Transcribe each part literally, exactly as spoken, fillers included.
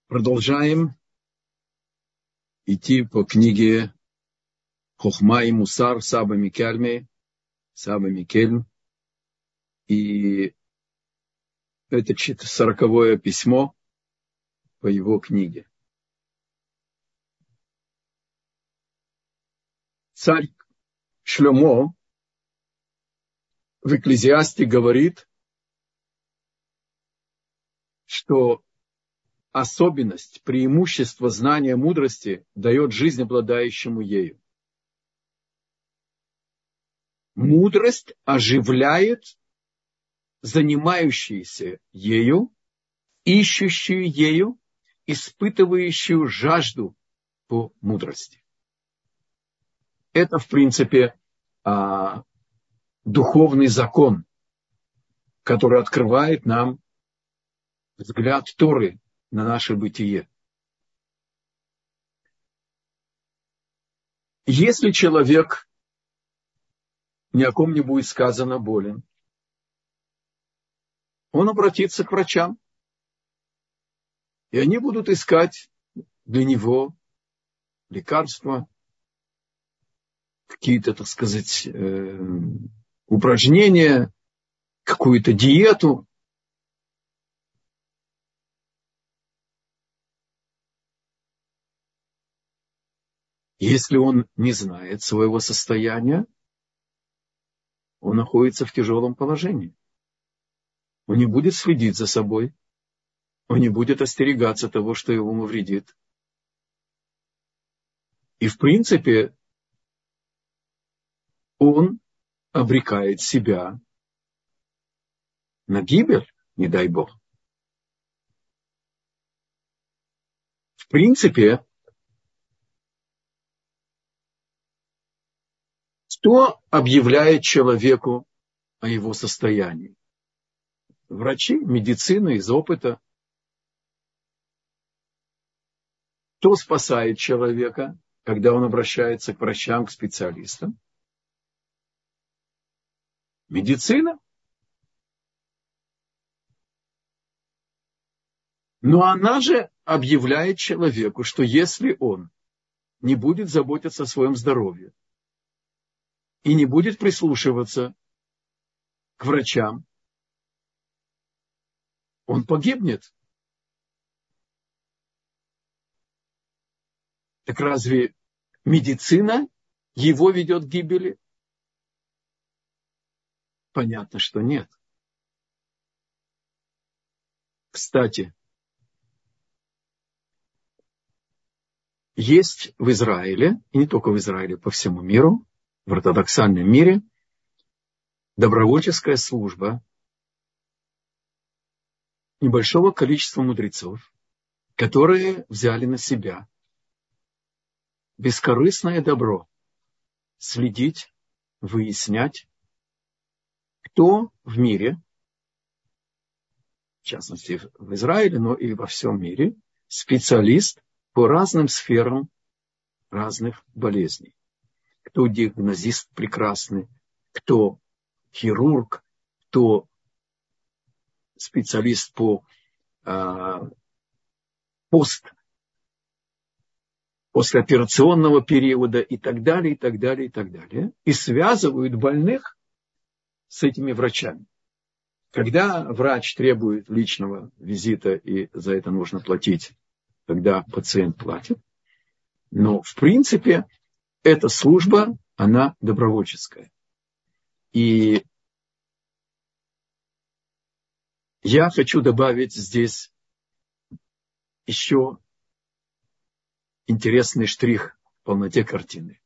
Продолжаем идти по книге Хохма и Мусар Саба Микельме, Саба Микельм. И это сороковое письмо по его книге. Царь Шломо в Экклезиасте говорит, что особенность, преимущество знания мудрости дает жизнь обладающему ею. Мудрость оживляет занимающиеся ею, ищущую ею, испытывающую жажду по мудрости. Это, в принципе, духовный закон, который открывает нам взгляд Торы на наше бытие. Если человек, ни о ком не будет сказано, болен, он обратится к врачам, и они будут искать для него лекарства, какие-то, так сказать, упражнения, какую-то диету. Если он не знает своего состояния, он находится в тяжелом положении. Он не будет следить за собой, он не будет остерегаться того, что ему вредит. И, в принципе, он обрекает себя на гибель, не дай Бог. В принципе, кто объявляет человеку о его состоянии? Врачи, медицина из опыта. Кто спасает человека, когда он обращается к врачам, к специалистам? Медицина. Но она же объявляет человеку, что если он не будет заботиться о своем здоровье и не будет прислушиваться к врачам, он погибнет. Так разве медицина его ведет к гибели? Понятно, что нет. Кстати, есть в Израиле, и не только в Израиле, по всему миру, в ортодоксальном мире, добровольческая служба небольшого количества мудрецов, которые взяли на себя бескорыстное добро следить, выяснять, кто в мире, в частности в Израиле, но и во всем мире, специалист по разным сферам разных болезней. Кто диагнозист прекрасный, кто хирург, кто специалист по э, пост, послеоперационного периода и так далее, и так далее, и так далее. И связывают больных с этими врачами. Когда врач требует личного визита, и за это нужно платить, тогда пациент платит. Но, в принципе, эта служба, она добровольческая. И я хочу добавить здесь еще интересный штрих в полноте картины.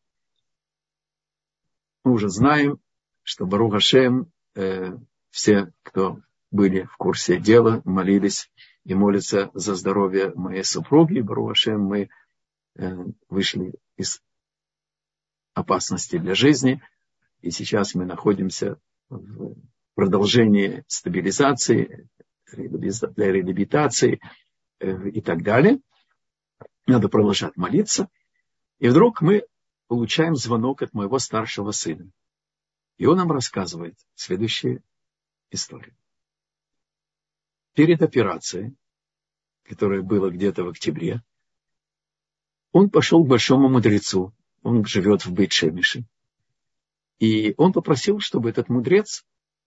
Мы уже знаем, что Барух Ашем, э, все, кто были в курсе дела, молились и молятся за здоровье моей супруги. Барух Ашем, мы э, вышли из опасности для жизни, и сейчас мы находимся в продолжении стабилизации, для реабилитации э, и так далее. Надо продолжать молиться. И вдруг мы получаем звонок от моего старшего сына. И он нам рассказывает следующую историю. Перед операцией, которое было где-то в октябре, он пошел к большому мудрецу. Он живет в Бейт-Шемеше. И он попросил, чтобы этот мудрец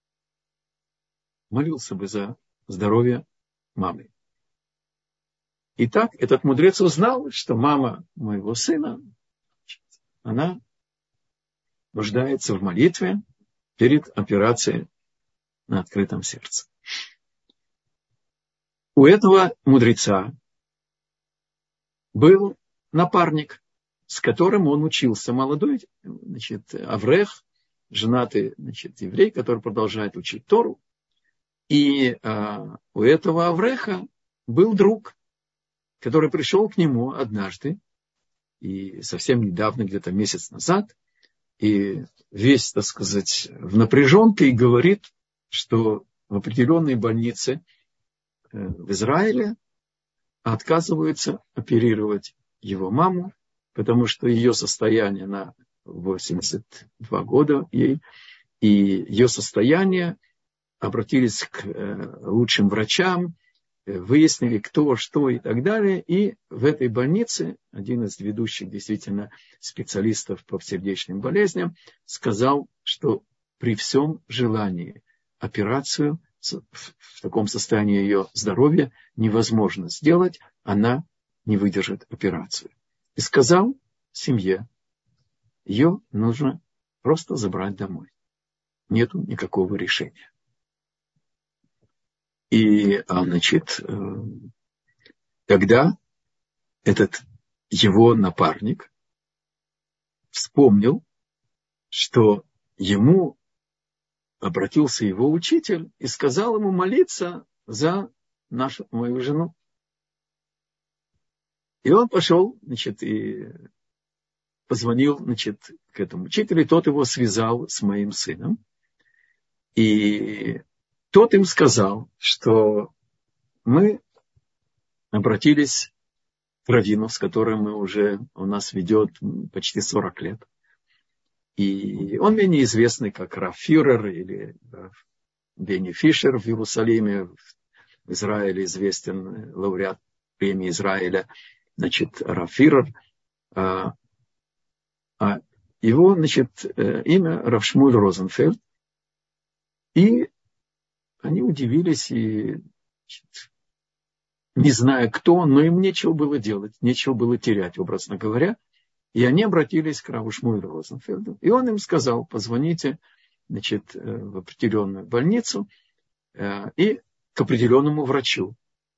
молился бы за здоровье мамы. И так этот мудрец узнал, что мама моего сына, она нуждается в молитве перед операцией на открытом сердце. У этого мудреца был напарник, с которым он учился, молодой, значит, аврех, женатый, значит, еврей, который продолжает учить Тору. И а, у этого авреха был друг, который пришел к нему однажды, и совсем недавно, где-то месяц назад, и весь, так сказать, в напряженке, и говорит, что в определенной больнице в Израиле отказываются оперировать его маму, потому что ее состояние на восемьдесят два года ей, и ее состояние обратились к лучшим врачам, выяснили, кто, что и так далее. И в этой больнице один из ведущих действительно специалистов по сердечным болезням сказал, что при всем желании операцию в таком состоянии ее здоровья невозможно сделать, она не выдержит операцию. И сказал семье, ее нужно просто забрать домой. Нету никакого решения. И, значит, тогда этот его напарник вспомнил, что ему обратился его учитель и сказал ему молиться за нашу, мою жену. И он пошел, значит, и позвонил, значит, к этому учителю, и тот его связал с моим сыном. И тот им сказал, что мы обратились к раввину, с которым мы уже, у нас ведет почти сорок лет. И он менее известный, как Рав Фюрер или Рав Бенни Фишер в Иерусалиме, в Израиле известен лауреат премии Израиля, значит, Рав Фюрер. А его, значит, имя Рав Шмуль Розенфельд. И они удивились, и, значит, не зная, кто он, но им нечего было делать, нечего было терять, образно говоря. И они обратились к Раву Шмуэлю Розенфельду. И он им сказал, позвоните, значит, в определенную больницу и к определенному врачу.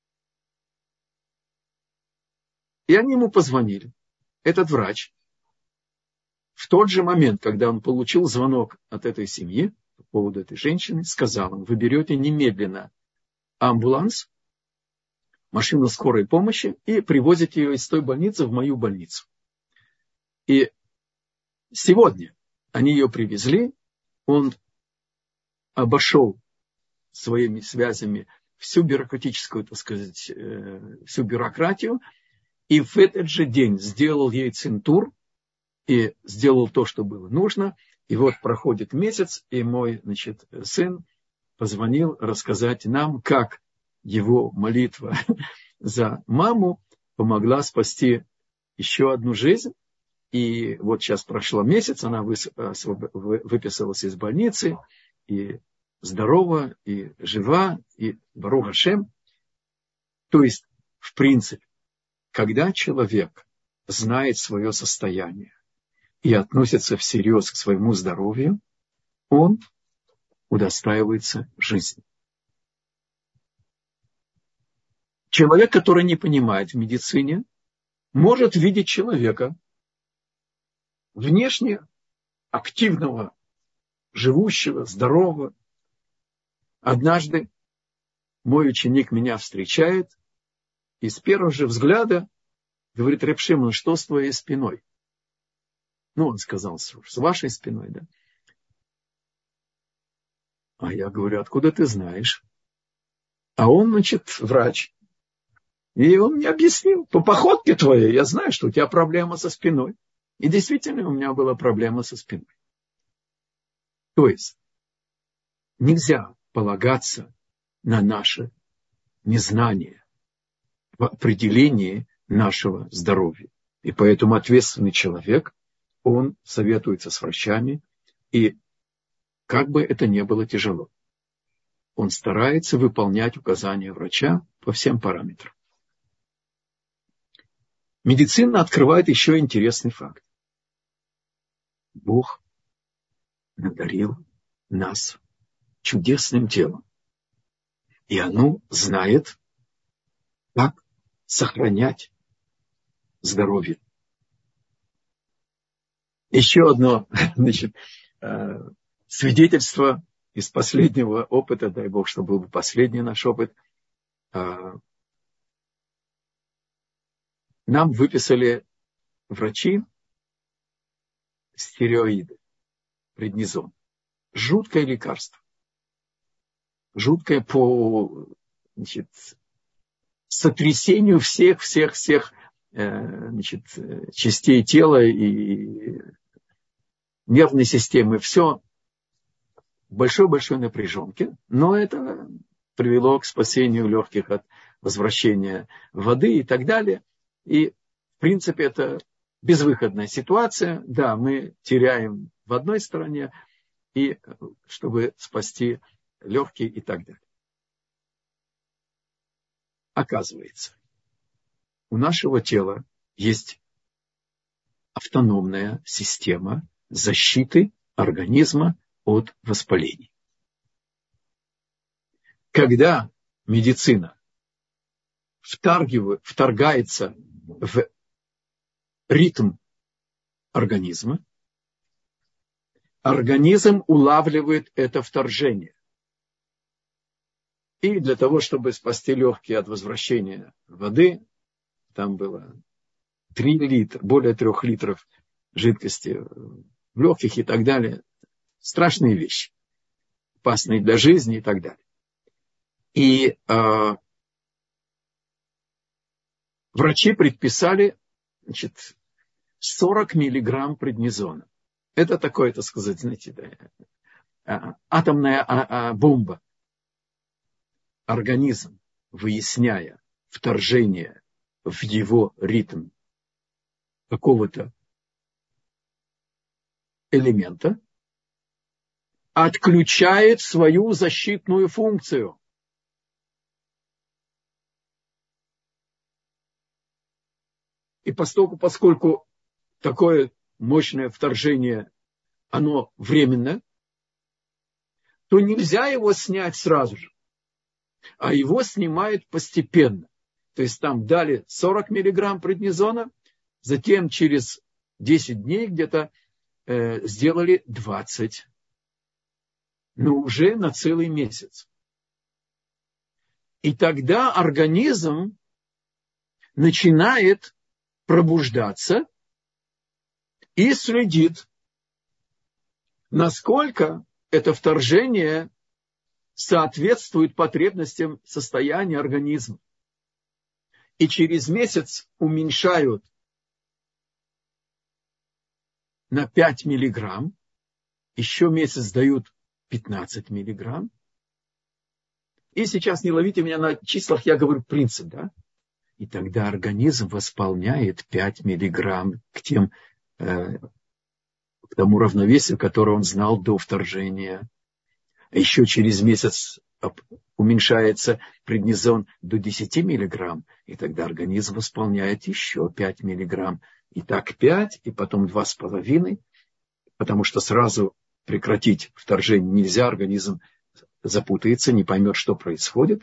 И они ему позвонили. Этот врач в тот же момент, когда он получил звонок от этой семьи, по поводу этой женщины, сказал им, вы берете немедленно амбуланс, машину скорой помощи и привозите ее из той больницы в мою больницу. И сегодня они ее привезли, он обошел своими связями всю бюрократическую, так сказать, всю бюрократию, и в этот же день сделал ей цинтур, и сделал то, что было нужно. И вот проходит месяц, и мой, значит, сын позвонил рассказать нам, как его молитва за маму помогла спасти еще одну жизнь. И вот сейчас прошло месяц, она выписалась из больницы, и здорова, и жива, и Барух Ашем. То есть, в принципе, когда человек знает свое состояние и относится всерьез к своему здоровью, он удостаивается жизни. Человек, который не понимает в медицине, может видеть человека, внешне активного, живущего, здорового. Однажды мой ученик меня встречает и с первого же взгляда говорит: Реб Шимон, что с твоей спиной? Ну, он сказал, с вашей спиной, да. А я говорю: откуда ты знаешь? А он, значит, врач. И он мне объяснил: по походке твоей я знаю, что у тебя проблема со спиной. И действительно у меня была проблема со спиной. То есть нельзя полагаться на наше незнание. в определении нашего здоровья. И поэтому ответственный человек, он советуется с врачами, и как бы это ни было тяжело, он старается выполнять указания врача по всем параметрам. Медицина открывает еще интересный факт. Бог надарил нас чудесным телом. И оно знает, как сохранять здоровье. Еще одно, значит, свидетельство из последнего опыта, дай Бог, чтобы был последний наш опыт. Нам выписали врачи стероиды, преднизон. Жуткое лекарство. Жуткое по, значит, сотрясению всех-всех-всех значит, частей тела и нервной системы. Все большой-большой напряженке. Но это привело к спасению легких от возвращения воды и так далее. И, в принципе, это безвыходная ситуация. Да, мы теряем в одной стороне, и чтобы спасти легкие и так далее. Оказывается, у нашего тела есть автономная система защиты организма от воспалений. Когда медицина вторгается в ритм организма, организм улавливает это вторжение. И для того, чтобы спасти легкие от возвращения воды, там было три литра, более трех литров жидкости в легких и так далее. Страшные вещи, опасные для жизни и так далее. И э, врачи предписали, значит, сорок миллиграмм преднизона. Это такое, так сказать, знаете, да, атомная бомба. Организм, выясняя вторжение в его ритм какого-то элемента, отключает свою защитную функцию. И поскольку, поскольку такое мощное вторжение, оно временно, то нельзя его снять сразу же, а его снимают постепенно. То есть там дали сорок миллиграмм преднизона, затем через десять дней где-то э, сделали двадцать, но уже на целый месяц. И тогда организм начинает пробуждаться и следит, насколько это вторжение соответствует потребностям состояния организма. И через месяц уменьшают на пять миллиграмм, еще месяц дают пятнадцать миллиграмм. И сейчас не ловите меня на числах, я говорю принцип, да? И тогда организм восполняет пять миллиграмм к, тем, э, к тому равновесию, которое он знал до вторжения. Еще через месяц уменьшается преднизон до десяти миллиграмм, и тогда организм восполняет еще пять миллиграмм. И так пять, и потом два с половиной, потому что сразу прекратить вторжение нельзя, организм запутается, не поймет, что происходит.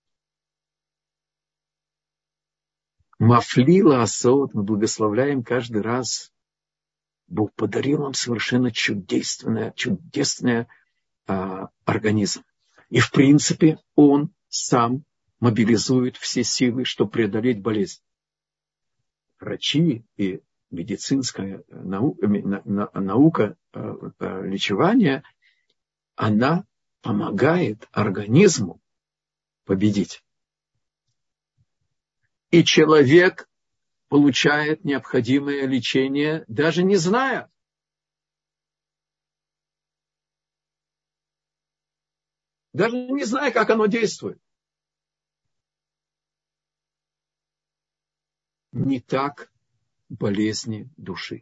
Мафлила асот, мы благословляем каждый раз. Бог подарил нам совершенно чудесный, чудесный а, организм. И в принципе он сам мобилизует все силы, чтобы преодолеть болезнь. Врачи и медицинская наука, наука лечевания, она помогает организму победить. И человек получает необходимое лечение, даже не зная. Даже не зная, как оно действует. не так болезни души.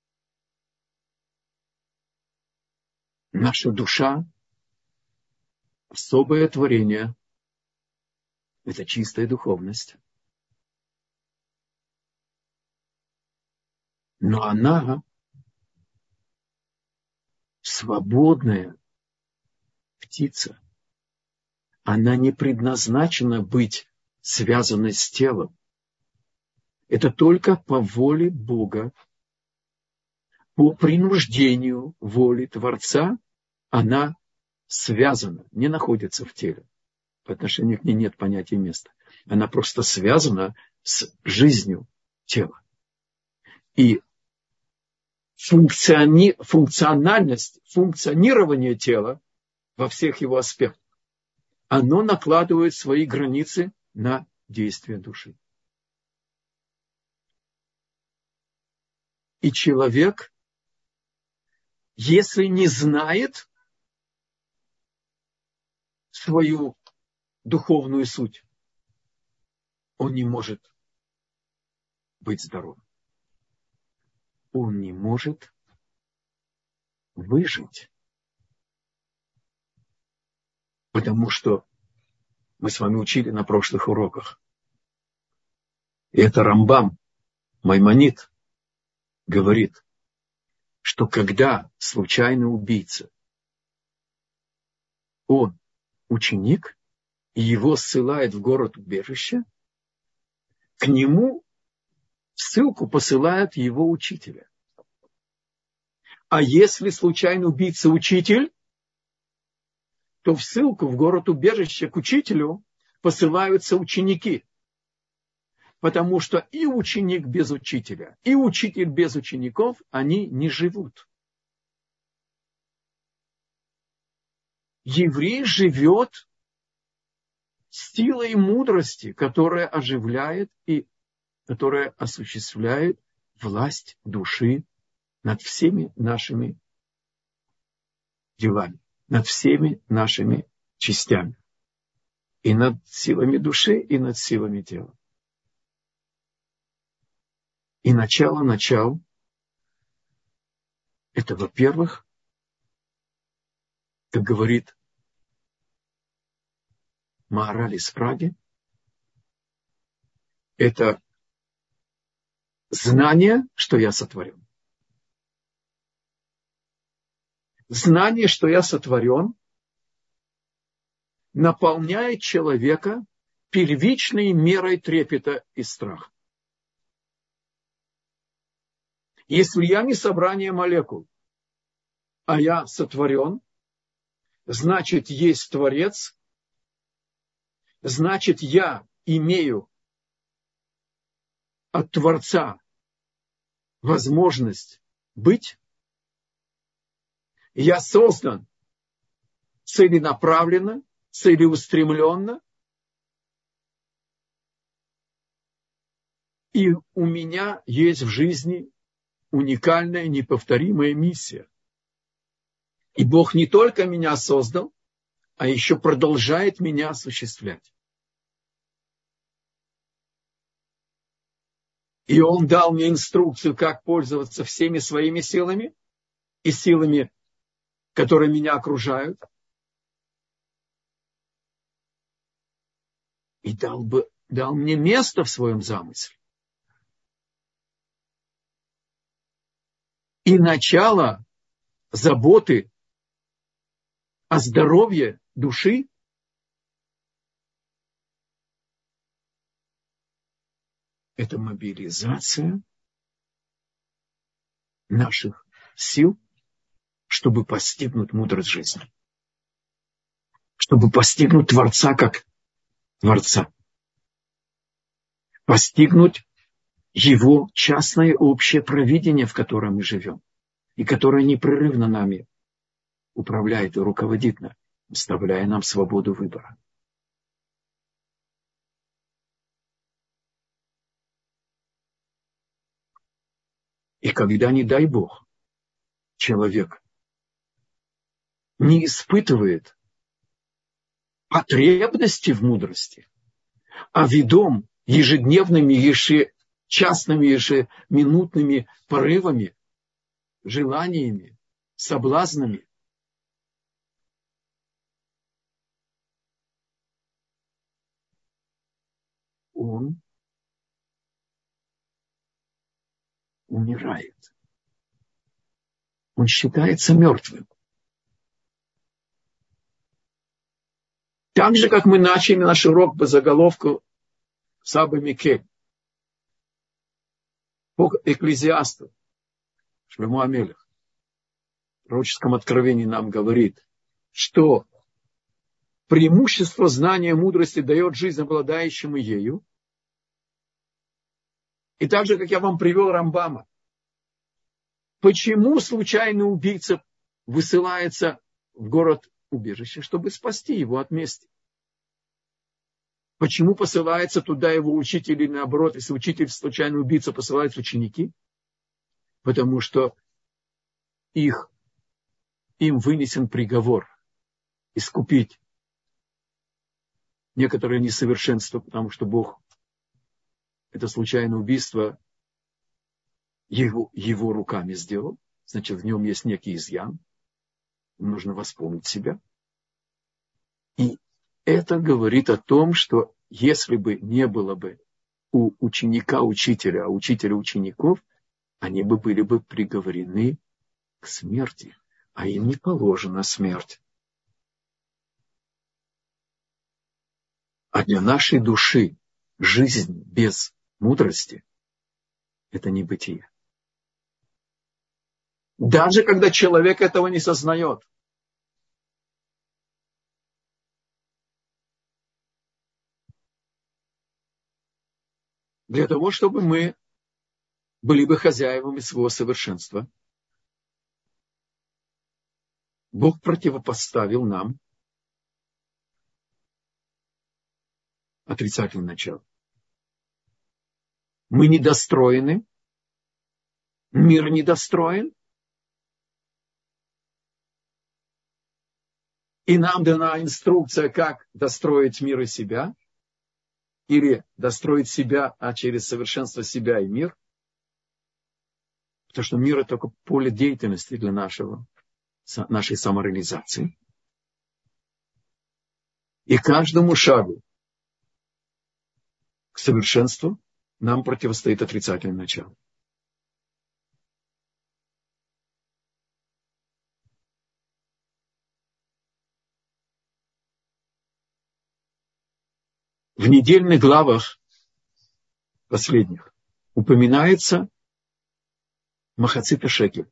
Наша душа – особое творение. Это чистая духовность. Но она свободная птица. Она не предназначена быть связанной с телом. Это только по воле Бога, по принуждению воли Творца она связана, не находится в теле. По отношению к ней нет понятия места. Она просто связана с жизнью тела. И функциони... функциональность, функционирование тела во всех его аспектах, оно накладывает свои границы на действие души. И человек, если не знает свою духовную суть, он не может быть здоровым. Он не может выжить. Потому что мы с вами учили на прошлых уроках. И это Рамбам, Маймонид, говорит, что когда случайный убийца, он ученик, и его ссылает в город-убежище, к нему ссылку посылают его учителя. А если случайный убийца учитель, то в ссылку в город-убежище к учителю посылаются ученики. Потому что и ученик без учителя, и учитель без учеников, они не живут. Еврей живет силой мудрости, которая оживляет и которая осуществляет власть души над всеми нашими делами, над всеми нашими частями. И над силами души, и над силами тела. И начало начал – это, во-первых, как говорит Маораль из Праги, это знание, что я сотворен. Знание, что я сотворен, наполняет человека первичной мерой трепета и страха. Если я не собрание молекул, а я сотворен, значит, есть Творец, значит, я имею от Творца возможность быть. Я создан целенаправленно, целеустремленно. И у меня есть в жизни уникальная, неповторимая миссия. И Бог не только меня создал, а еще продолжает меня осуществлять. И Он дал мне инструкцию, как пользоваться всеми своими силами и силами, которые меня окружают. И дал, бы, дал мне место в своем замысле. И начало заботы о здоровье души – это мобилизация наших сил, чтобы постигнуть мудрость жизни, чтобы постигнуть Творца как Творца, постигнуть Его частное общее провидение, в котором мы живем, и которое непрерывно нами управляет и руководит нами, оставляя нам свободу выбора. И когда, не дай Бог, человек не испытывает потребности в мудрости, а ведом ежедневными, частными ежеминутными порывами, желаниями, соблазнами. Он умирает. Он считается мертвым. Так же, как мы начали наш урок по заголовку Саба Микель, по Экклезиасту, Шломо ха-Мелех, в пророческом откровении нам говорит, что преимущество знания мудрости дает жизнь обладающему ею. И так же, как я вам привел Рамбама, почему случайный убийца высылается в город-убежище, чтобы спасти его от мести? Почему посылается туда его учитель или наоборот, если учитель случайный убийца посылает ученики? Потому что их, им вынесен приговор искупить некоторое несовершенство, потому что Бог это случайное убийство его, его руками сделал. Значит, в нем есть некий изъян. Нужно восполнить себя. И это говорит о том, что если бы не было бы у ученика учителя, а учителя учеников, они бы были бы приговорены к смерти, а им не положена смерть. А для нашей души жизнь без мудрости – это небытие. Даже когда человек этого не сознает. Для того, чтобы мы были бы хозяевами своего совершенства, Бог противопоставил нам отрицательное начало. Мы недостроены, мир недостроен, и нам дана инструкция, как достроить мир и себя, или достроить себя, а через совершенство себя и мир. Потому что мир – это только поле деятельности для нашего, нашей самореализации. И каждому шагу к совершенству нам противостоит отрицательное начало. В недельных главах последних упоминается Махацит ха-Шекель.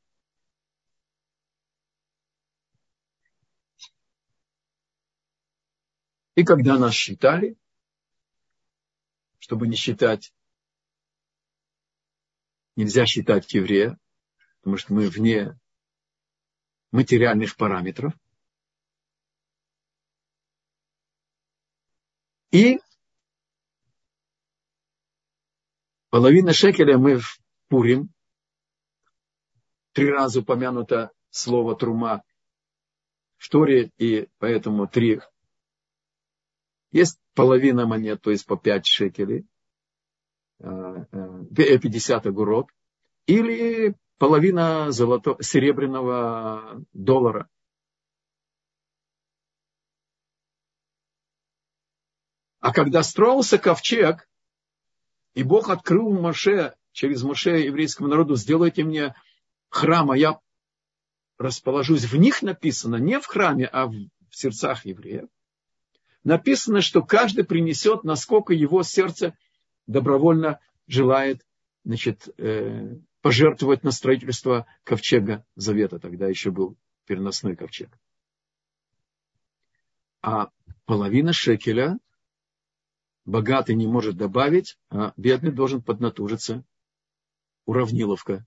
И когда нас считали, чтобы не считать, нельзя считать еврея, потому что мы вне материальных параметров. И половина шекеля мы в Пурим, три раза упомянуто слово трума в Торе, и поэтому три. Есть половина монет, то есть по пять шекелей, пятьдесят агурот, или половина золото, серебряного доллара. А когда строился ковчег, и Бог открыл Моше, через Моше еврейскому народу, сделайте мне храм, а я расположусь в них, написано, не в храме, а в сердцах евреев. Написано, что каждый принесет, насколько его сердце добровольно желает, значит, э, пожертвовать на строительство ковчега Завета. Тогда еще был переносной ковчег. А половина шекеля богатый не может добавить, а бедный должен поднатужиться. Уравниловка.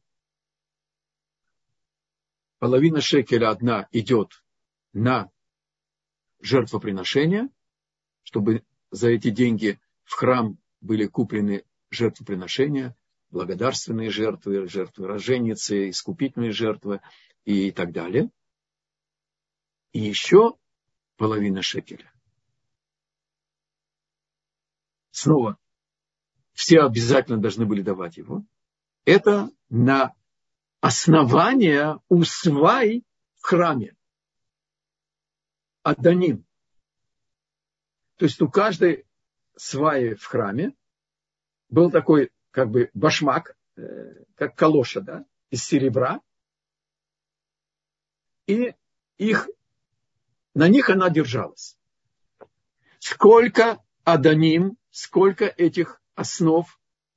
Половина шекеля одна идет на жертвоприношение, чтобы за эти деньги в храм были куплены жертвоприношения, благодарственные жертвы, жертвы роженицы, искупительные жертвы и так далее. И еще половина шекеля. Снова все обязательно должны были давать его, это на основание у свай в храме. Аданим. То есть у каждой сваи в храме был такой как бы башмак, как калоша, да, из серебра. И их, на них она держалась. Сколько аданим, сколько этих основ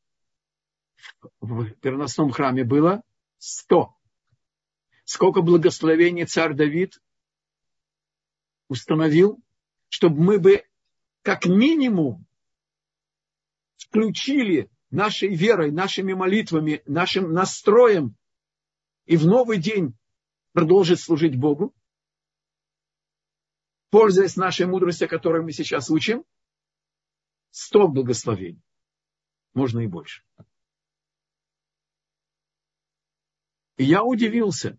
в переносном храме было? Сто. Сколько благословений царь Давид установил, чтобы мы бы как минимум включили нашей верой, нашими молитвами, нашим настроем и в новый день продолжить служить Богу, пользуясь нашей мудростью, которую мы сейчас учим, сто благословений. Можно и больше. И я удивился.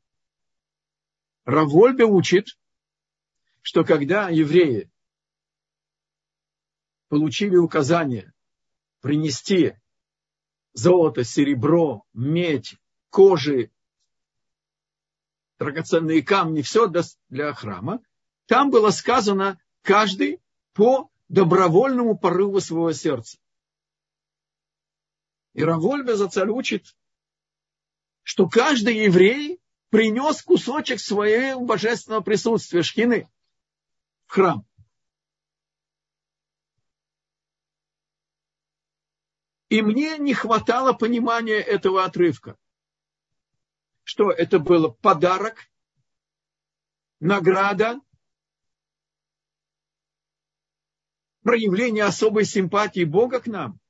Рав Вольбе учит, что когда евреи получили указание принести золото, серебро, медь, кожи, драгоценные камни, все для храма, там было сказано каждый по добровольному порыву своего сердца. И Рав Вольбе Зацаль учит, что каждый еврей принес кусочек своего божественного присутствия, шхины, в храм. И мне не хватало понимания этого отрывка. Что это был подарок, награда, проявление особой симпатии Бога к нам.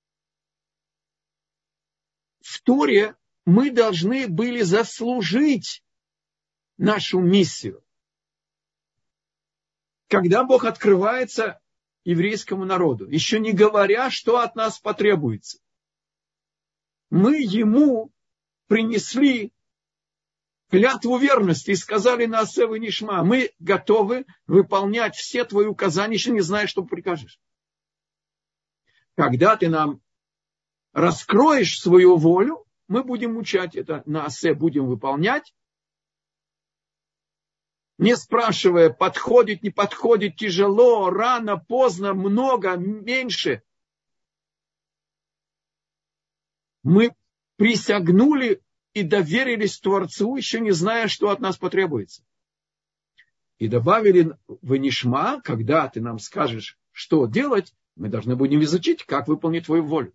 В Торе мы должны были заслужить нашу миссию. Когда Бог открывается еврейскому народу, еще не говоря, что от нас потребуется, мы ему принесли клятву верности и сказали на Асе венишма: мы готовы выполнять все твои указания, еще не зная, что прикажешь. Когда ты нам раскроешь свою волю, мы будем учать это на Асе, будем выполнять, не спрашивая, подходит, не подходит, тяжело, рано, поздно, много, меньше. Мы присягнули и доверились Творцу, еще не зная, что от нас потребуется. И добавили венишма: когда ты нам скажешь, что делать, мы должны будем изучить, как выполнить твою волю.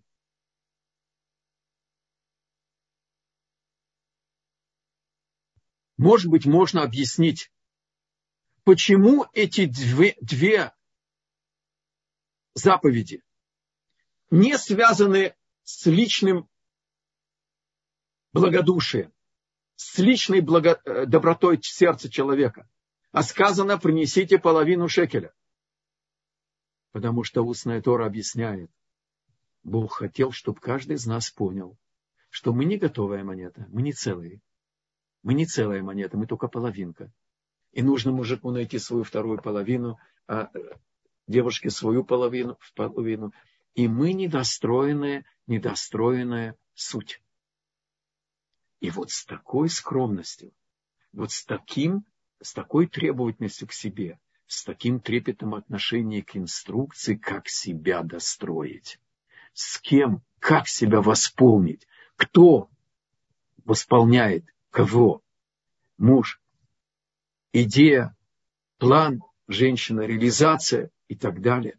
Может быть, можно объяснить, почему эти две, две заповеди не связаны с личным благодушием, с личной благо, добротой сердца человека, а сказано: принесите половину шекеля. Потому что устная Тора объясняет, Бог хотел, чтобы каждый из нас понял, что мы не готовая монета, мы не целые. Мы не целая монета, мы только половинка. И нужно мужику найти свою вторую половину, а девушке свою половину, половину. И мы недостроенная, недостроенная суть. И вот с такой скромностью, вот с таким, с такой требовательностью к себе, с таким трепетным отношением к инструкции, как себя достроить, с кем, как себя восполнить, кто восполняет кого, муж, идея, план, женщина, реализация и так далее.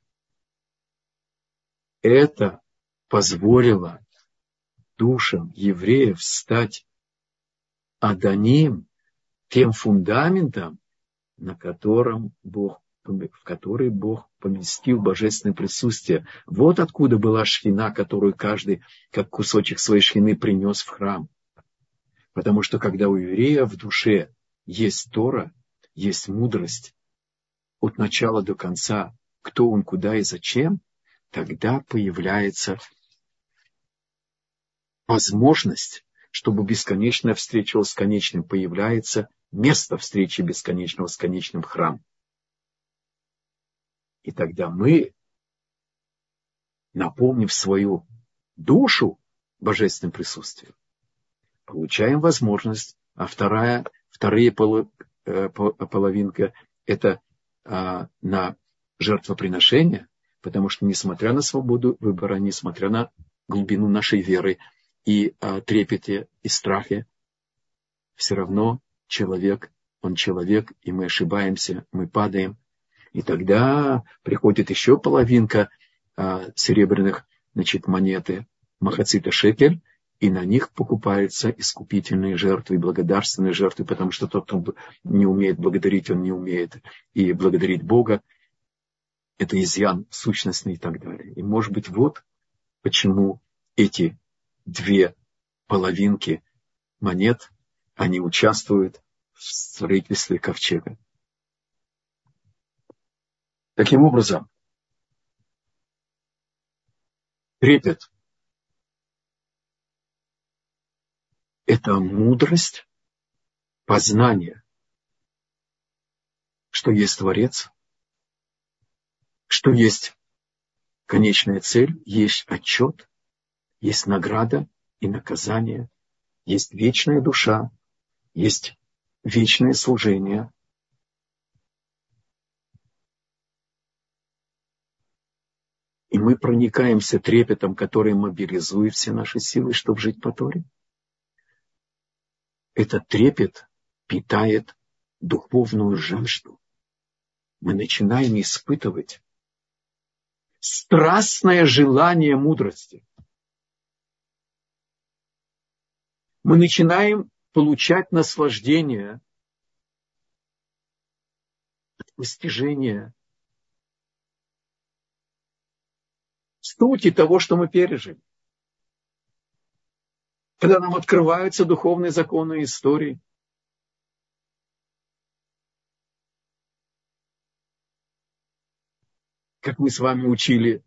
Это позволило душам евреев стать аданим, тем фундаментом, на котором Бог, в который Бог поместил божественное присутствие. Вот откуда была шхина, которую каждый, как кусочек своей шхины, принес в храм. Потому что когда у еврея в душе есть Тора, есть мудрость от начала до конца, кто он, куда и зачем, тогда появляется возможность, чтобы бесконечная встреча с конечным, появляется место встречи бесконечного с конечным — храм. И тогда мы наполнив свою душу божественным присутствием, получаем возможность, а вторая, вторая полу, э, половинка – это э, на жертвоприношение, потому что несмотря на свободу выбора, несмотря на глубину нашей веры и э, трепете и страхе, все равно человек, он человек, и мы ошибаемся, мы падаем. И тогда приходит еще половинка э, серебряных, значит, монеты, махацита шекель, и на них покупаются искупительные жертвы, благодарственные жертвы, потому что тот, кто не умеет благодарить, он не умеет и благодарить Бога. Это изъян сущностный и так далее. И, может быть, вот почему эти две половинки монет, они участвуют в строительстве ковчега. Таким образом, трепет – это мудрость, познание, что есть Творец, что есть конечная цель, есть отчет, есть награда и наказание, есть вечная душа, есть вечное служение. И мы проникаемся трепетом, который мобилизует все наши силы, чтобы жить по Торе. Этот трепет питает духовную жажду. Мы начинаем испытывать страстное желание мудрости. Мы начинаем получать наслаждение от постижения сути того, что мы пережили. Когда нам открываются духовные законы истории. Как мы с вами учили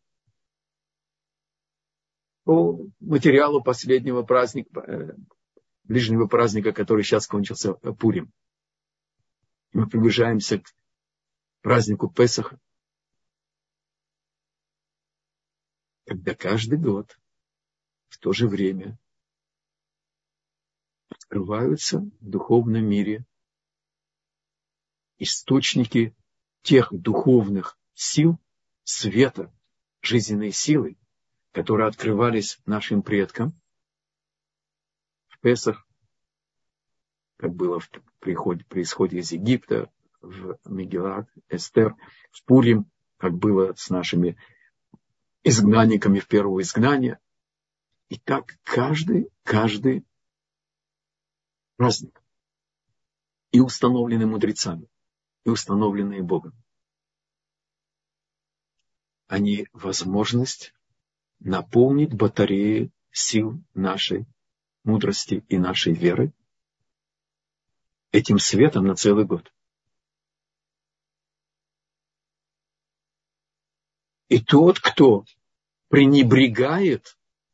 по материалу последнего праздника, ближнего праздника, который сейчас кончился, Пурим. Мы приближаемся к празднику Песаха, когда каждый год в то же время открываются в духовном мире источники тех духовных сил, света, жизненной силы, которые открывались нашим предкам в Песах, как было в приходе, при исходе из Египта, в Мегилат, Эстер, в Пурим, как было с нашими изгнанниками в первое изгнание. И так каждый, каждый праздник, и установленный мудрецами, и установленные Богом, они возможность наполнить батареи сил нашей мудрости и нашей веры этим светом на целый год. И тот, кто пренебрегает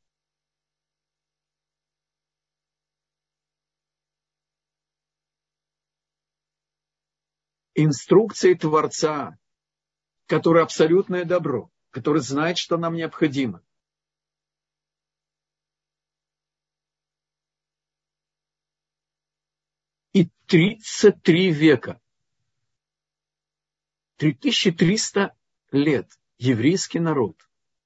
инструкцией Творца, который абсолютное добро, который знает, что нам необходимо, и тридцать три века, три тысячи триста лет еврейский народ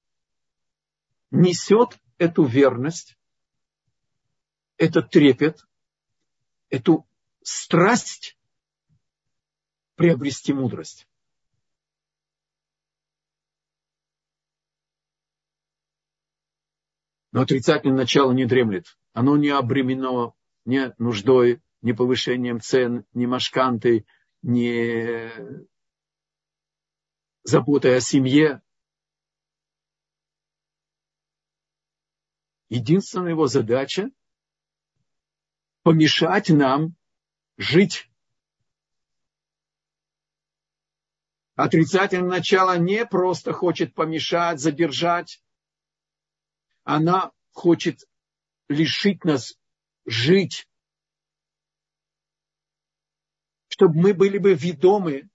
несет эту верность, этот трепет, эту страсть приобрести мудрость. Но отрицательное начало не дремлет. Оно не обременено ни нуждой, ни повышением цен, ни машкантой, ни заботой о семье. Единственная его задача – помешать нам жить. Отрицательное начало не просто хочет помешать, задержать. Она хочет лишить нас жить, чтобы мы были бы ведомы .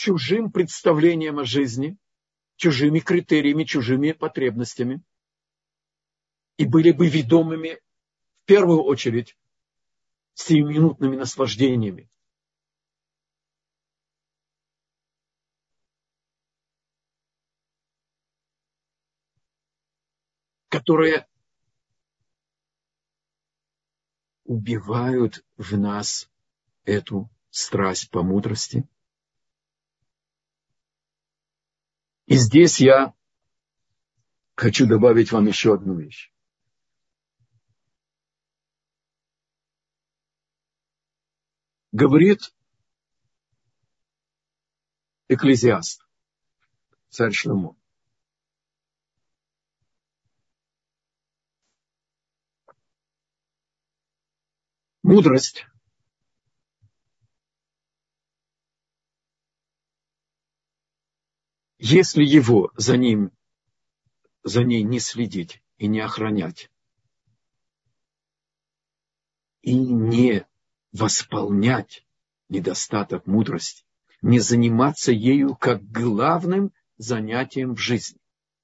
чужим представлением о жизни, чужими критериями, чужими потребностями и были бы ведомыми в первую очередь сиюминутными наслаждениями. Которые убивают в нас эту страсть по мудрости. И здесь я хочу добавить вам еще одну вещь. Говорит Экклезиаст, царь Шломо. Мудрость если его за ним, за ней не следить и не охранять, и не восполнять недостаток мудрости, не заниматься ею как главным занятием в жизни.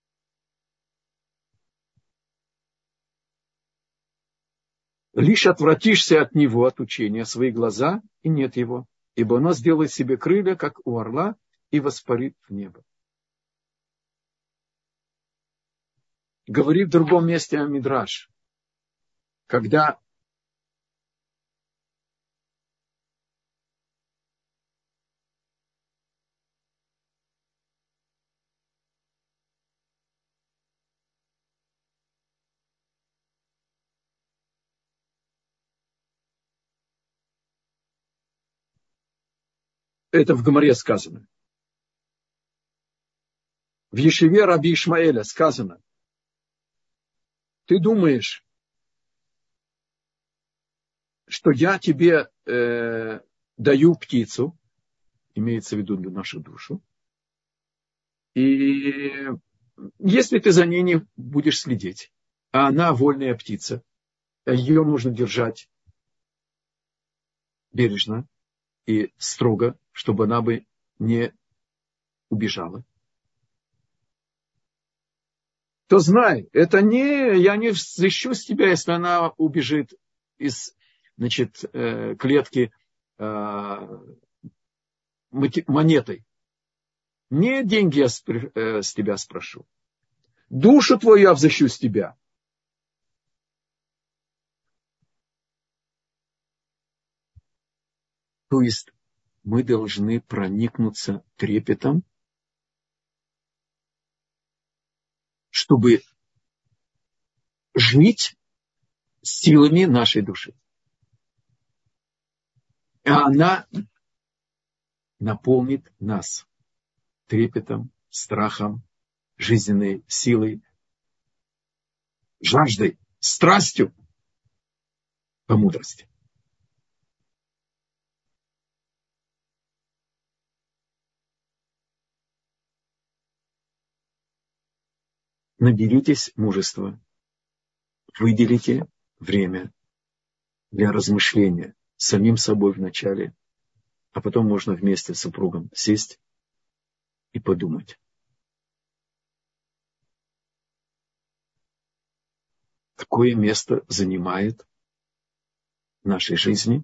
Лишь отвратишься от него, от учения, свои глаза, и нет его, ибо оно сделает себе крылья, как у орла, и воспарит в небо. Говорит в другом месте Мидраш, когда это в Гемаре сказано. В Ешиве Раби Ишмаэля сказано, ты думаешь, что я тебе э, даю птицу, имеется в виду нашу душу, и если ты за ней не будешь следить, а она вольная птица, ее нужно держать бережно и строго, чтобы она бы не убежала, то знай, это не, я не взыщу с тебя, если она убежит из, значит, клетки монетой. Не деньги я с тебя спрошу. Душу твою я взыщу с тебя. То есть мы должны проникнуться трепетом, чтобы жить силами нашей души. А она наполнит нас трепетом, страхом, жизненной силой, жаждой, страстью по мудрости. Наберитесь мужества, выделите время для размышления самим собой вначале, а потом можно вместе с супругом сесть и подумать. Какое место занимает в нашей жизни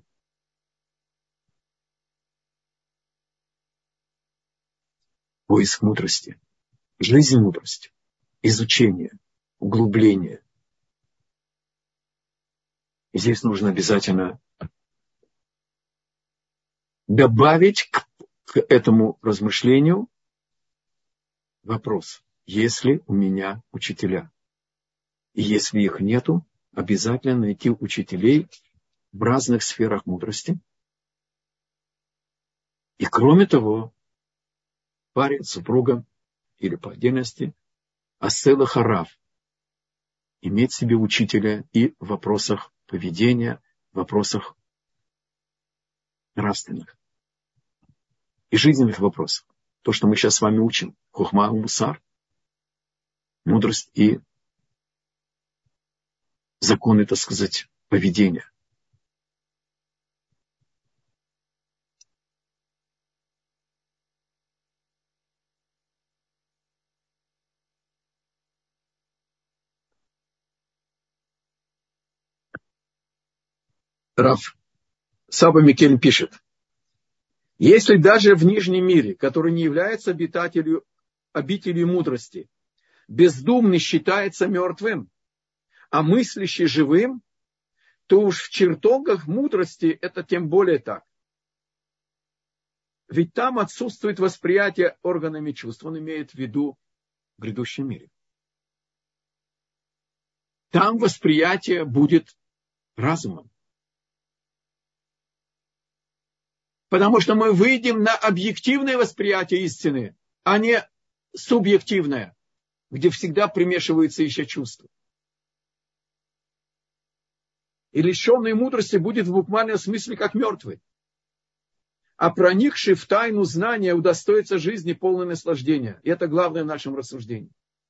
поиск мудрости, жизнь мудрости, изучение, углубление. И здесь нужно обязательно добавить к, к этому размышлению вопрос, есть ли у меня учителя? И если их нету, обязательно найти учителей в разных сферах мудрости. И кроме того, паре, супругам или по отдельности, асела харав, иметь себе учителя и в вопросах поведения, в вопросах нравственных и жизненных вопросов. То, что мы сейчас с вами учим, хохма мусар, мудрость и законы, так сказать, поведения. Рав Саба Микель пишет: если даже в нижнем мире, который не является обитателью, обителью мудрости, бездумный считается мертвым, а мыслящий живым, то уж в чертогах мудрости это тем более так. Ведь там отсутствует восприятие органами чувств. Он имеет в виду в грядущем мире. Там восприятие будет разумом. Потому что мы выйдем на объективное восприятие истины, а не субъективное, где всегда примешиваются еще чувства. И лишенный мудрости будет в буквальном смысле как мертвый. А проникший в тайну знания удостоится жизни полной наслаждения. И это главное в нашем рассуждении.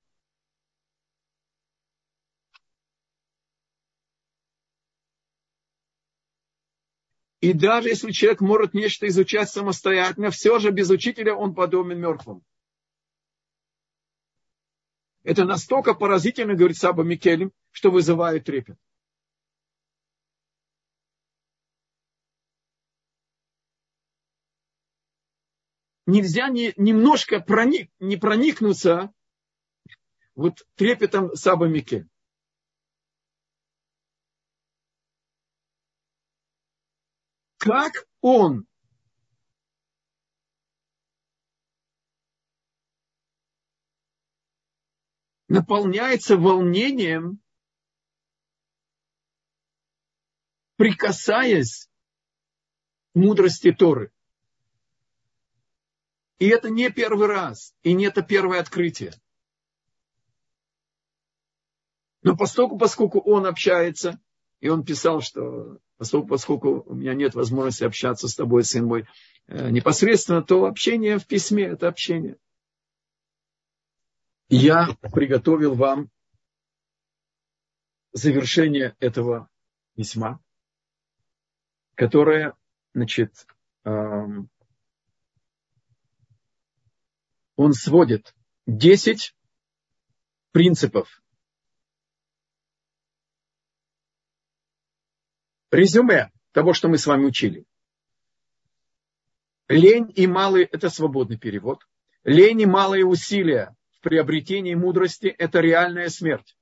И даже если человек может нечто изучать самостоятельно, все же без учителя он подобен мертвому. Это настолько поразительно, говорит Саба Микель, что вызывает трепет. Нельзя не, немножко проник, не проникнуться вот трепетом Саба Микель. Как он наполняется волнением, прикасаясь к мудрости Торы. И это не первый раз, и не это первое открытие. Но поскольку, поскольку он общается, и он писал, что поскольку, поскольку у меня нет возможности общаться с тобой, сын мой, непосредственно, то общение в письме – это общение. Я приготовил вам завершение этого письма, которое, значит, он сводит десять принципов. Резюме того, что мы с вами учили. Лень и малый – это свободный перевод. Лень и малые усилия в приобретении мудрости – это реальная смерть.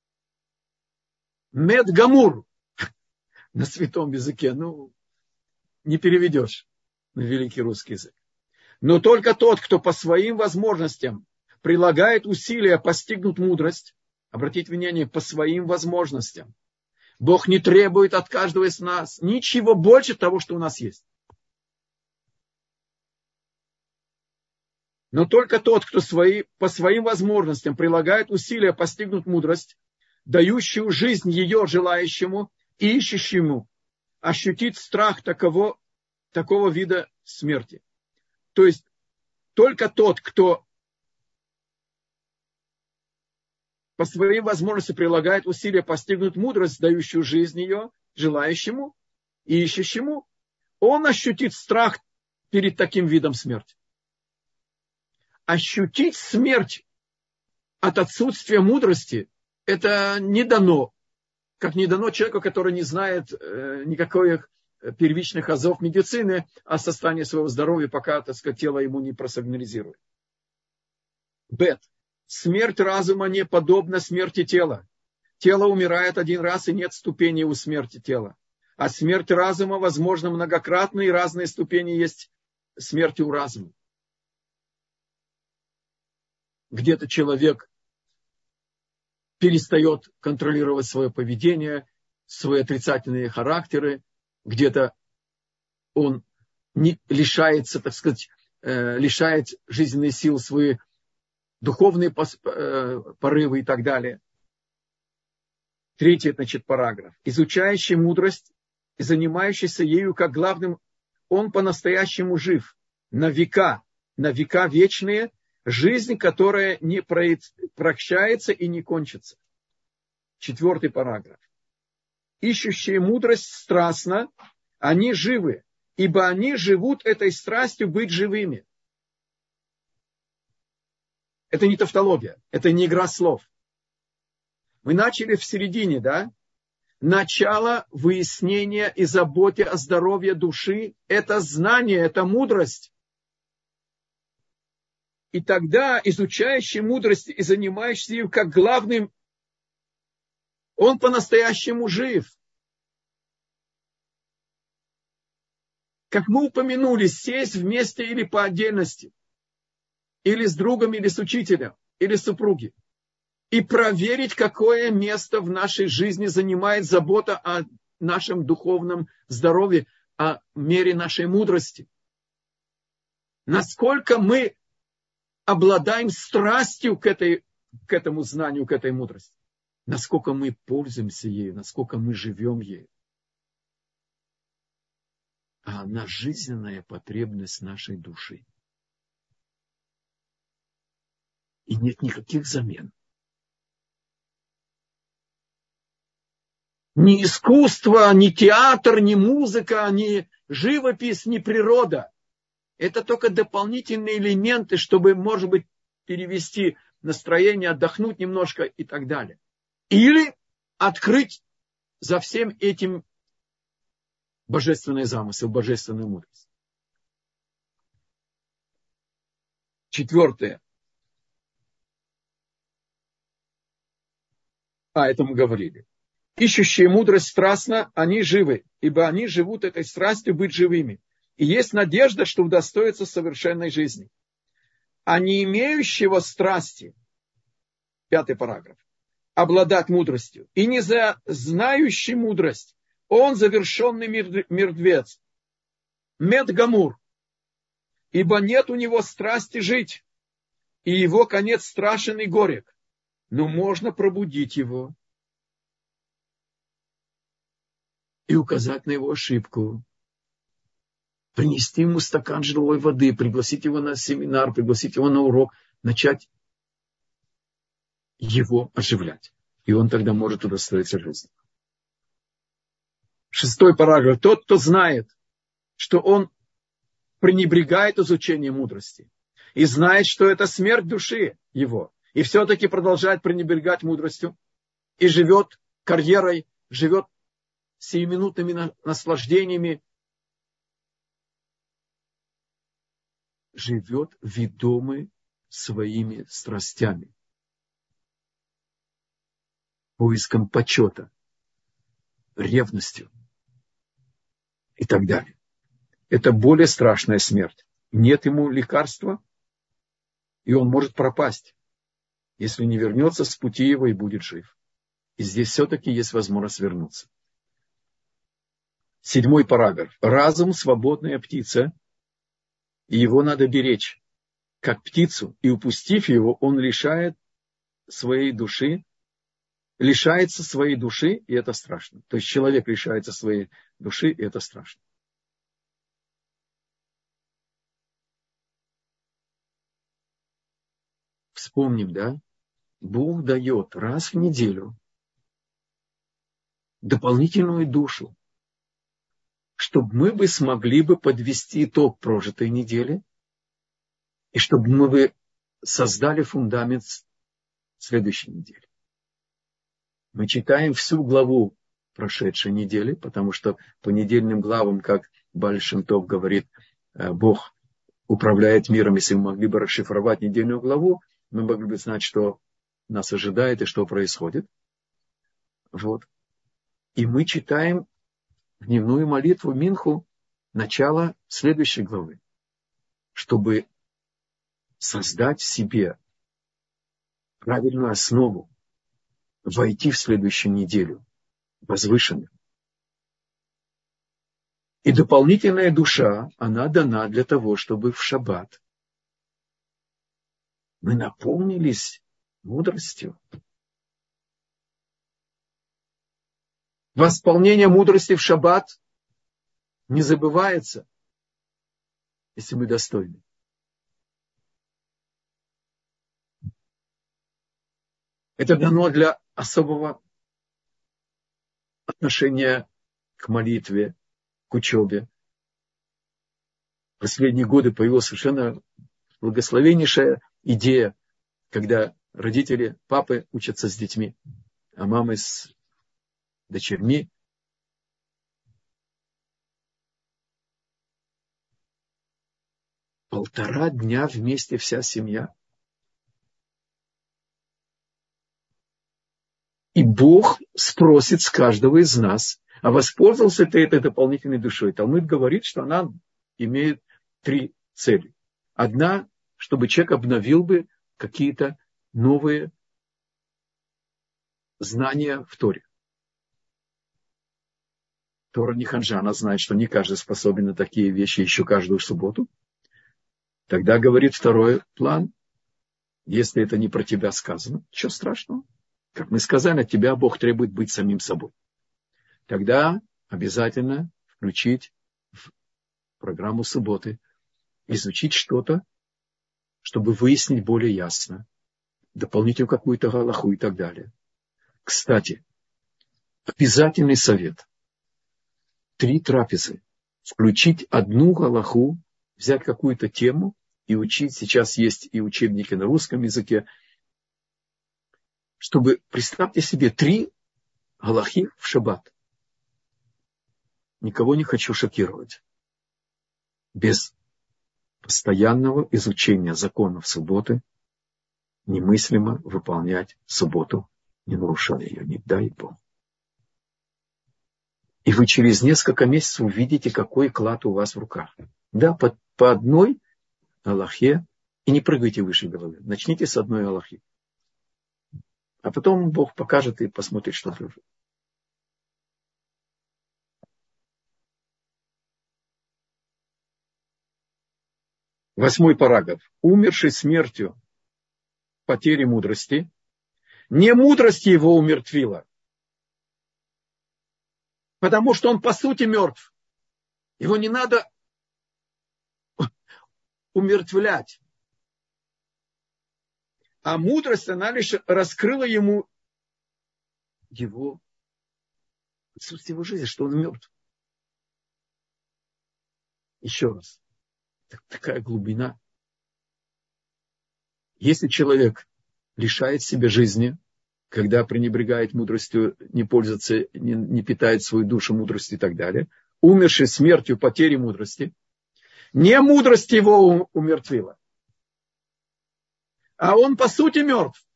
Мед гамур на святом языке, ну, не переведешь на великий русский язык. Но только тот, кто по своим возможностям прилагает усилия постигнуть мудрость, обратите внимание, по своим возможностям. Бог не требует от каждого из нас ничего больше того, что у нас есть. Но только тот, кто свои, по своим возможностям прилагает усилия постигнуть мудрость, дающую жизнь ее желающему и ищущему, ощутит страх такого, такого вида смерти. То есть только тот, кто по своей возможности прилагает усилия постигнуть мудрость, дающую жизнь ее желающему и ищущему, он ощутит страх перед таким видом смерти. Ощутить смерть от отсутствия мудрости – это не дано, как не дано человеку, который не знает э, никаких первичных азов медицины о состоянии своего здоровья, пока, так сказать, тело ему не просигнализирует. Бет. Смерть разума не подобна смерти тела. Тело умирает один раз, и нет ступеней у смерти тела. А смерть разума возможна многократно, и разные ступени есть смерти у разума. Где-то человек перестает контролировать свое поведение, свои отрицательные характеры, где-то он не лишается, так сказать, лишает жизненной силы свои духовные порывы и так далее. Третий, значит, параграф. Изучающий мудрость и занимающийся ею как главным, он по-настоящему жив на века, на века вечные, жизнь, которая не прощается и не кончится. Четвертый параграф. Ищущие мудрость страстно, они живы, ибо они живут этой страстью быть живыми. Это не тавтология, это не игра слов. Мы начали в середине, да? начало выяснения и заботы о здоровье души – это знание, это мудрость. И тогда изучающий мудрость и занимающийся ее как главным, он по-настоящему жив. Как мы упомянули, сесть вместе или по отдельности, или с другом, или с учителем, или с супруги, и проверить, какое место в нашей жизни занимает забота о нашем духовном здоровье, о мере нашей мудрости. Насколько мы обладаем страстью к, этой, к этому знанию, к этой мудрости. Насколько мы пользуемся ею, насколько мы живем ею. А она жизненная потребность нашей души. И нет никаких замен. Ни искусство, ни театр, ни музыка, ни живопись, ни природа. Это только дополнительные элементы, чтобы, может быть, перевести настроение, отдохнуть немножко и так далее. Или открыть за всем этим божественный замысел, божественную мудрость. Четвертое. А, это мы говорили. Ищущие мудрость страстно, они живы, ибо они живут этой страстью быть живыми. И есть надежда, что удостоятся совершенной жизни. А не имеющего страсти, пятый параграф, обладать мудростью, и не за знающий мудрость, он завершенный мертвец, медгамур, ибо нет у него страсти жить, и его конец страшен и горек, но можно пробудить его и указать на его ошибку. Принести ему стакан живой воды, пригласить его на семинар, пригласить его на урок, начать его оживлять. И он тогда может удостоиться жизни. Шестой параграф. Тот, кто знает, что он пренебрегает изучением мудрости и знает, что это смерть души его, и все-таки продолжает пренебрегать мудростью и живет карьерой, живет сиюминутными наслаждениями, живет ведомый своими страстями, поиском почета, ревностью и так далее. Это более страшная смерть. Нет ему лекарства, и он может пропасть, если не вернется с пути его и будет жив. И здесь все-таки есть возможность вернуться. Седьмой параграф. Разум – свободная птица, и его надо беречь, как птицу, и упустив его, он лишает своей души, лишается своей души, и это страшно. То есть человек лишается своей души, и это страшно. Вспомним, да? Бог дает раз в неделю дополнительную душу, чтобы мы бы смогли бы подвести итог прожитой недели, и чтобы мы бы создали фундамент следующей недели. Мы читаем всю главу прошедшей недели, потому что по недельным главам, как Бааль Шем Тов говорит, Бог управляет миром. Если мы могли бы расшифровать недельную главу, мы могли бы знать, что нас ожидает и что происходит. Вот. И мы читаем дневную молитву Минху, начало следующей главы, чтобы создать в себе правильную основу, войти в следующую неделю возвышенно. И дополнительная душа, она дана для того, чтобы в шаббат мы наполнились мудростью. Восполнение мудрости в шаббат не забывается, если мы достойны. Это дано для особого отношения к молитве, к учебе. В последние годы появилась совершенно благословеннейшая идея, когда родители, папы учатся с детьми, а мамы с дочерьми. Полтора дня вместе вся семья. И Бог спросит с каждого из нас, а воспользовался ты этой дополнительной душой. Талмуд говорит, что она имеет три цели. Одна, чтобы человек обновил бы какие-то новые знания в Торе. Тора не ханжа, она знает, что не каждый способен на такие вещи еще каждую субботу. Тогда говорит второй план, если это не про тебя сказано, ничего страшного. Как мы сказали, от тебя Бог требует быть самим собой. Тогда обязательно включить в программу субботы, изучить что-то, чтобы выяснить более ясно, дополнительную какую-то галаху и так далее. Кстати, обязательный совет. Три трапезы. Включить одну галаху, взять какую-то тему и учить. Сейчас есть и учебники на русском языке. Чтобы, представьте себе, три галахи в шаббат. Никого не хочу шокировать. Без постоянного изучения законов субботы немыслимо выполнять субботу, не нарушая ее, не дай Бог. И вы через несколько месяцев увидите, какой клад у вас в руках. Да, по, по одной галахе, и не прыгайте выше головы. Начните с одной галахи. А потом Бог покажет и посмотрит, что вы. Восьмой параграф. Умерший смертью потери мудрости, не мудрость его умертвила, потому что он по сути мертв. Его не надо умертвлять. А мудрость, она лишь раскрыла ему его отсутствие его жизни, что он мертв. Еще раз. Такая глубина. Если человек лишает себя жизни, когда пренебрегает мудростью, не пользуется, не, не питает свою душу мудростью и так далее, умерший смертью потери мудрости, не мудрость его умертвила, а он по сути мертв.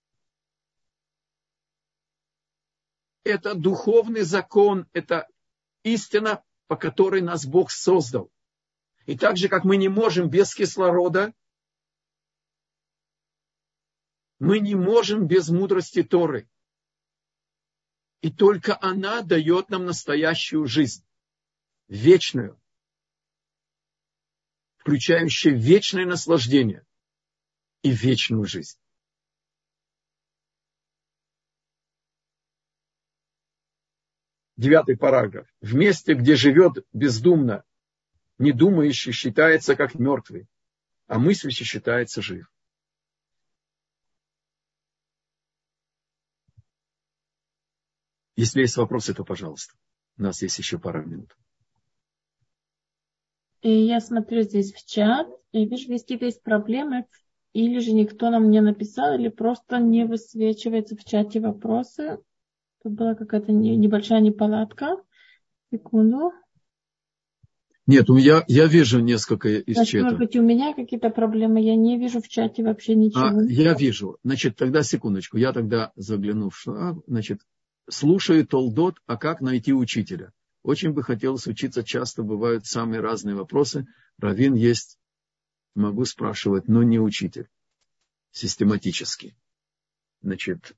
Это духовный закон, это истина, по которой нас Бог создал. И так же, как мы не можем без кислорода, мы не можем без мудрости Торы. И только она дает нам настоящую жизнь, вечную, включающую вечное наслаждение и вечную жизнь. Девятый параграф. В месте, где живет бездумно, недумающий считается как мертвый, а мыслящий считается жив. Если есть вопросы, то пожалуйста. У нас есть еще пара минут. И я смотрю здесь в чат, и вижу, есть какие-то есть проблемы, или же никто нам не написал, или просто не высвечивается в чате вопросы. Тут была какая-то небольшая неполадка. Секунду. Нет, я, я вижу несколько из Значит, чата. может быть, у меня какие-то проблемы, я не вижу в чате вообще ничего. А, я вижу. Значит, тогда секундочку, я тогда загляну в шаг. Значит, слушаю Толдот, а как найти учителя? Очень бы хотелось учиться, часто бывают самые разные вопросы. Раввин есть, могу спрашивать, но не учитель. Систематически. Значит,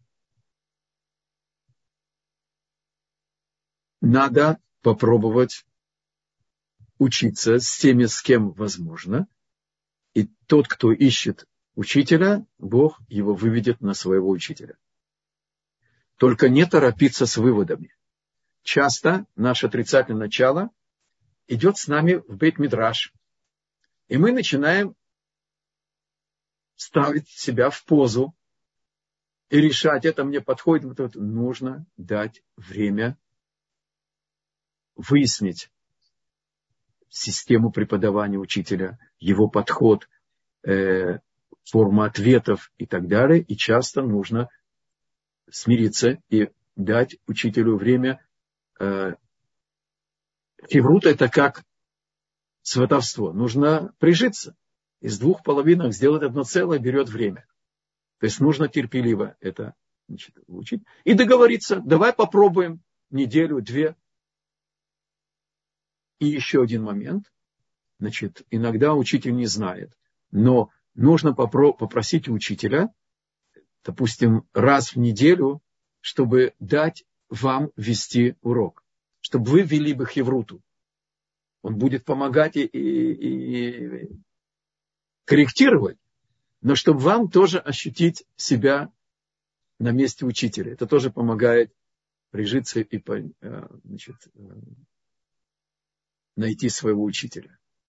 надо попробовать учиться с теми, с кем возможно. И тот, кто ищет учителя, Бог его выведет на своего учителя. Только не торопиться с выводами. Часто наше отрицательное начало идет с нами в бейт-мидраш. И мы начинаем ставить себя в позу и решать, это мне подходит. Вот это. Нужно дать время выяснить систему преподавания учителя, его подход, э, форма ответов и так далее. И часто нужно смириться и дать учителю время. Хеврут – это как сватовство. Нужно прижиться. Из двух половинок сделать одно целое берет время. То есть нужно терпеливо это, значит, учить. И договориться. Давай попробуем неделю, две. И еще один момент. Значит, иногда учитель не знает. Но нужно попро- попросить у учителя, допустим, раз в неделю, чтобы дать вам вести урок. Чтобы вы вели бы хевруту. Он будет помогать и, и, и корректировать, но чтобы вам тоже ощутить себя на месте учителя. Это тоже помогает прижиться и, значит, найти своего учителя.